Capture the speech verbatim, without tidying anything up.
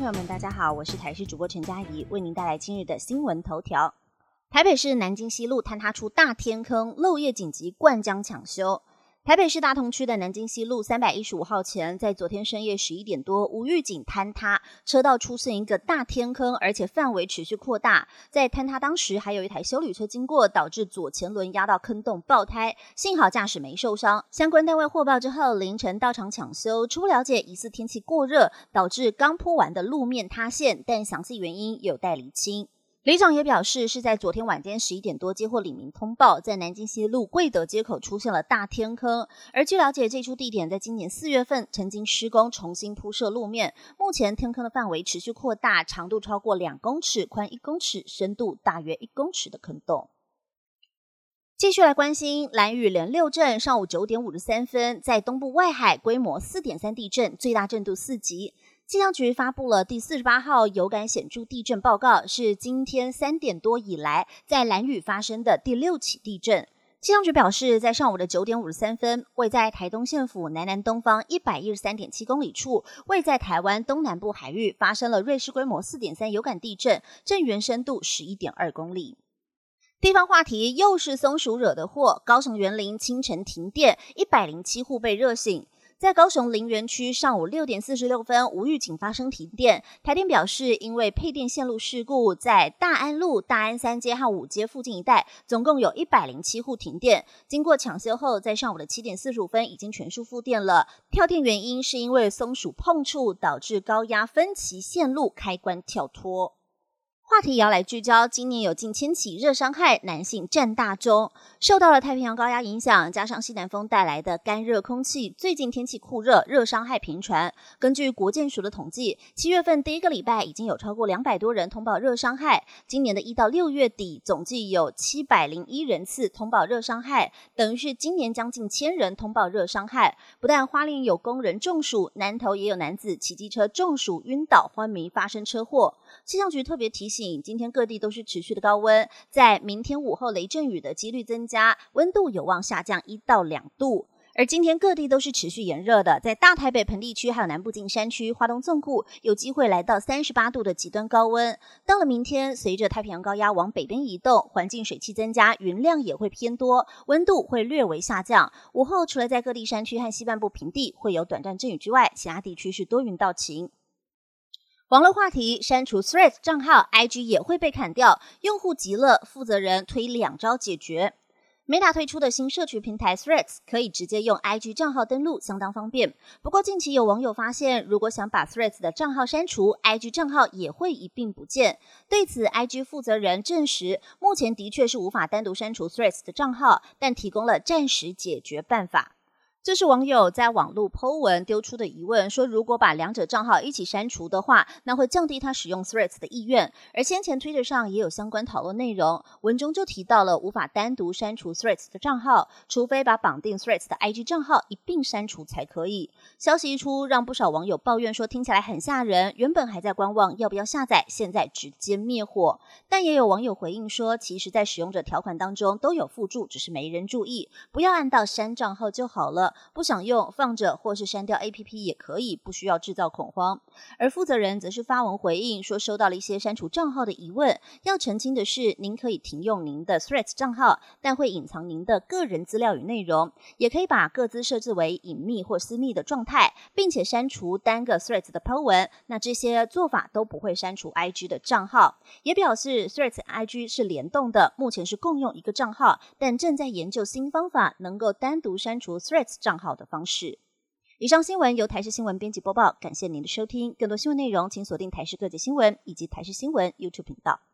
友们，大家好，我是台视主播陈佳怡，为您带来今日的新闻头条。台北市南京西路坍塌出大天坑，漏夜紧急灌浆抢修。台北市大同区的南京西路三百一十五号前，在昨天深夜十一点多，无预警坍塌，车道出现一个大天坑，而且范围持续扩大。在坍塌当时，还有一台休旅车经过，导致左前轮压到坑洞爆胎，幸好驾驶没受伤。相关单位获报之后，凌晨到场抢修。初步了解，疑似天气过热，导致刚铺完的路面塌陷，但详细原因有待厘清。里长也表示，是在昨天晚间十一点多接获里民通报，在南京西路贵德街口出现了大天坑。而据了解，这处地点在今年四月份曾经施工重新铺设路面，目前天坑的范围持续扩大，长度超过两公尺，宽一公尺，深度大约一公尺的坑洞。继续来关心兰屿连六震，上午九点五十三分，在东部外海规模 四点三 地震，最大震度四级。气象局发布了第四十八号有感显著地震报告，是今天三点多以来在兰屿发生的第六起地震。气象局表示，在上午的九点五十三分，位在台东县府南南东方 一百一十三点七 公里处，位在台湾东南部海域发生了瑞士规模 四点三 有感地震，震源深度 十一点二 公里。地方话题又是松鼠惹的祸，高雄员林清晨停电，一百零七户被热醒。在高雄林园区上午六点四十六分无预警发生停电，台电表示，因为配电线路事故，在大安路、大安三街和五街附近一带，总共有一百零七户停电。经过抢修后，在上午的七点四十五分已经全数复电了。跳电原因是因为松鼠碰触导致高压分歧线路开关跳脱。话题也要来聚焦，今年有近千起热伤害，男性占大宗。受到了太平洋高压影响，加上西南风带来的干热空气，最近天气酷热，热伤害频传。根据国健署的统计，七月份第一个礼拜已经有超过两百多人通报热伤害。今年的一到六月底，总计有七百零一人次通报热伤害，等于是今年将近千人通报热伤害。不但花莲有工人中暑，南投也有男子骑机车中暑晕倒昏迷发生车祸。气象局特别提醒，今天各地都是持续的高温，在明天午后雷阵雨的几率增加，温度有望下降一到两度。而今天各地都是持续炎热的，在大台北盆地区还有南部近山区、花东纵谷有机会来到三十八度的极端高温。到了明天，随着太平洋高压往北边移动，环境水汽增加，云量也会偏多，温度会略微下降。午后除了在各地山区和西半部平地会有短暂阵雨之外，其他地区是多云到晴。网络话题，删除 Threads 账号 I G 也会被砍掉，用户急了，负责人推两招解决。Meta 推出的新社群平台 Threads 可以直接用 I G 账号登录，相当方便。不过近期有网友发现，如果想把 Threads 的账号删除， I G 账号也会一并不见。对此 I G 负责人证实，目前的确是无法单独删除 Threads 的账号，但提供了暂时解决办法。这是网友在网络 po 文丢出的疑问，说如果把两者账号一起删除的话，那会降低他使用 Threads 的意愿。而先前 Twitter 上也有相关讨论内容，文中就提到了无法单独删除 Threads 的账号，除非把绑定 Threads 的 I G 账号一并删除才可以。消息一出，让不少网友抱怨说听起来很吓人，原本还在观望要不要下载，现在直接灭火。但也有网友回应说，其实在使用者条款当中都有附注，只是没人注意，不要按到删账号就好了。不想用放着或是删掉 A P P 也可以，不需要制造恐慌。而负责人则是发文回应说，收到了一些删除账号的疑问，要澄清的是，您可以停用您的 Threads 账号，但会隐藏您的个人资料与内容，也可以把各自设置为隐秘或私密的状态，并且删除单个 Threads 的 po 文，那这些做法都不会删除 I G 的账号。也表示 Threads I G 是联动的，目前是共用一个账号，但正在研究新方法，能够单独删除 Threads 账号的方式。以上新闻由台视新闻编辑播报，感谢您的收听。更多新闻内容请锁定台视各界新闻以及台视新闻 YouTube 频道。